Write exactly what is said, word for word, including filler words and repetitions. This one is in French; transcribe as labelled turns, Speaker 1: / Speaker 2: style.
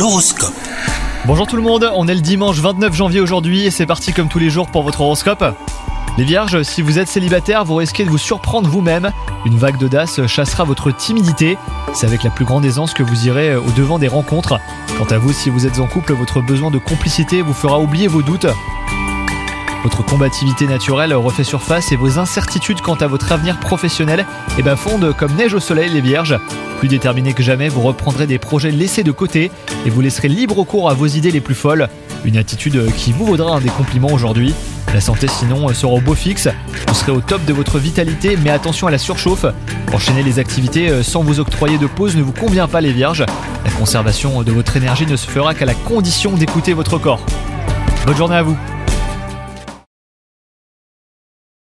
Speaker 1: L'horoscope.
Speaker 2: Bonjour tout le monde, on est le dimanche vingt-neuf janvier aujourd'hui et c'est parti comme tous les jours pour votre horoscope. Les vierges, si vous êtes célibataire, vous risquez de vous surprendre vous-même. Une vague d'audace chassera votre timidité. C'est avec la plus grande aisance que vous irez au devant des rencontres. Quant à vous, si vous êtes en couple, votre besoin de complicité vous fera oublier vos doutes. Votre combativité naturelle refait surface et vos incertitudes quant à votre avenir professionnel eh ben fondent comme neige au soleil les vierges. Plus déterminés que jamais, vous reprendrez des projets laissés de côté et vous laisserez libre cours à vos idées les plus folles. Une attitude qui vous vaudra un des compliments aujourd'hui. La santé sinon sera au beau fixe. Vous serez au top de votre vitalité, mais attention à la surchauffe. Enchaîner les activités sans vous octroyer de pause ne vous convient pas les vierges. La conservation de votre énergie ne se fera qu'à la condition d'écouter votre corps. Bonne journée à vous.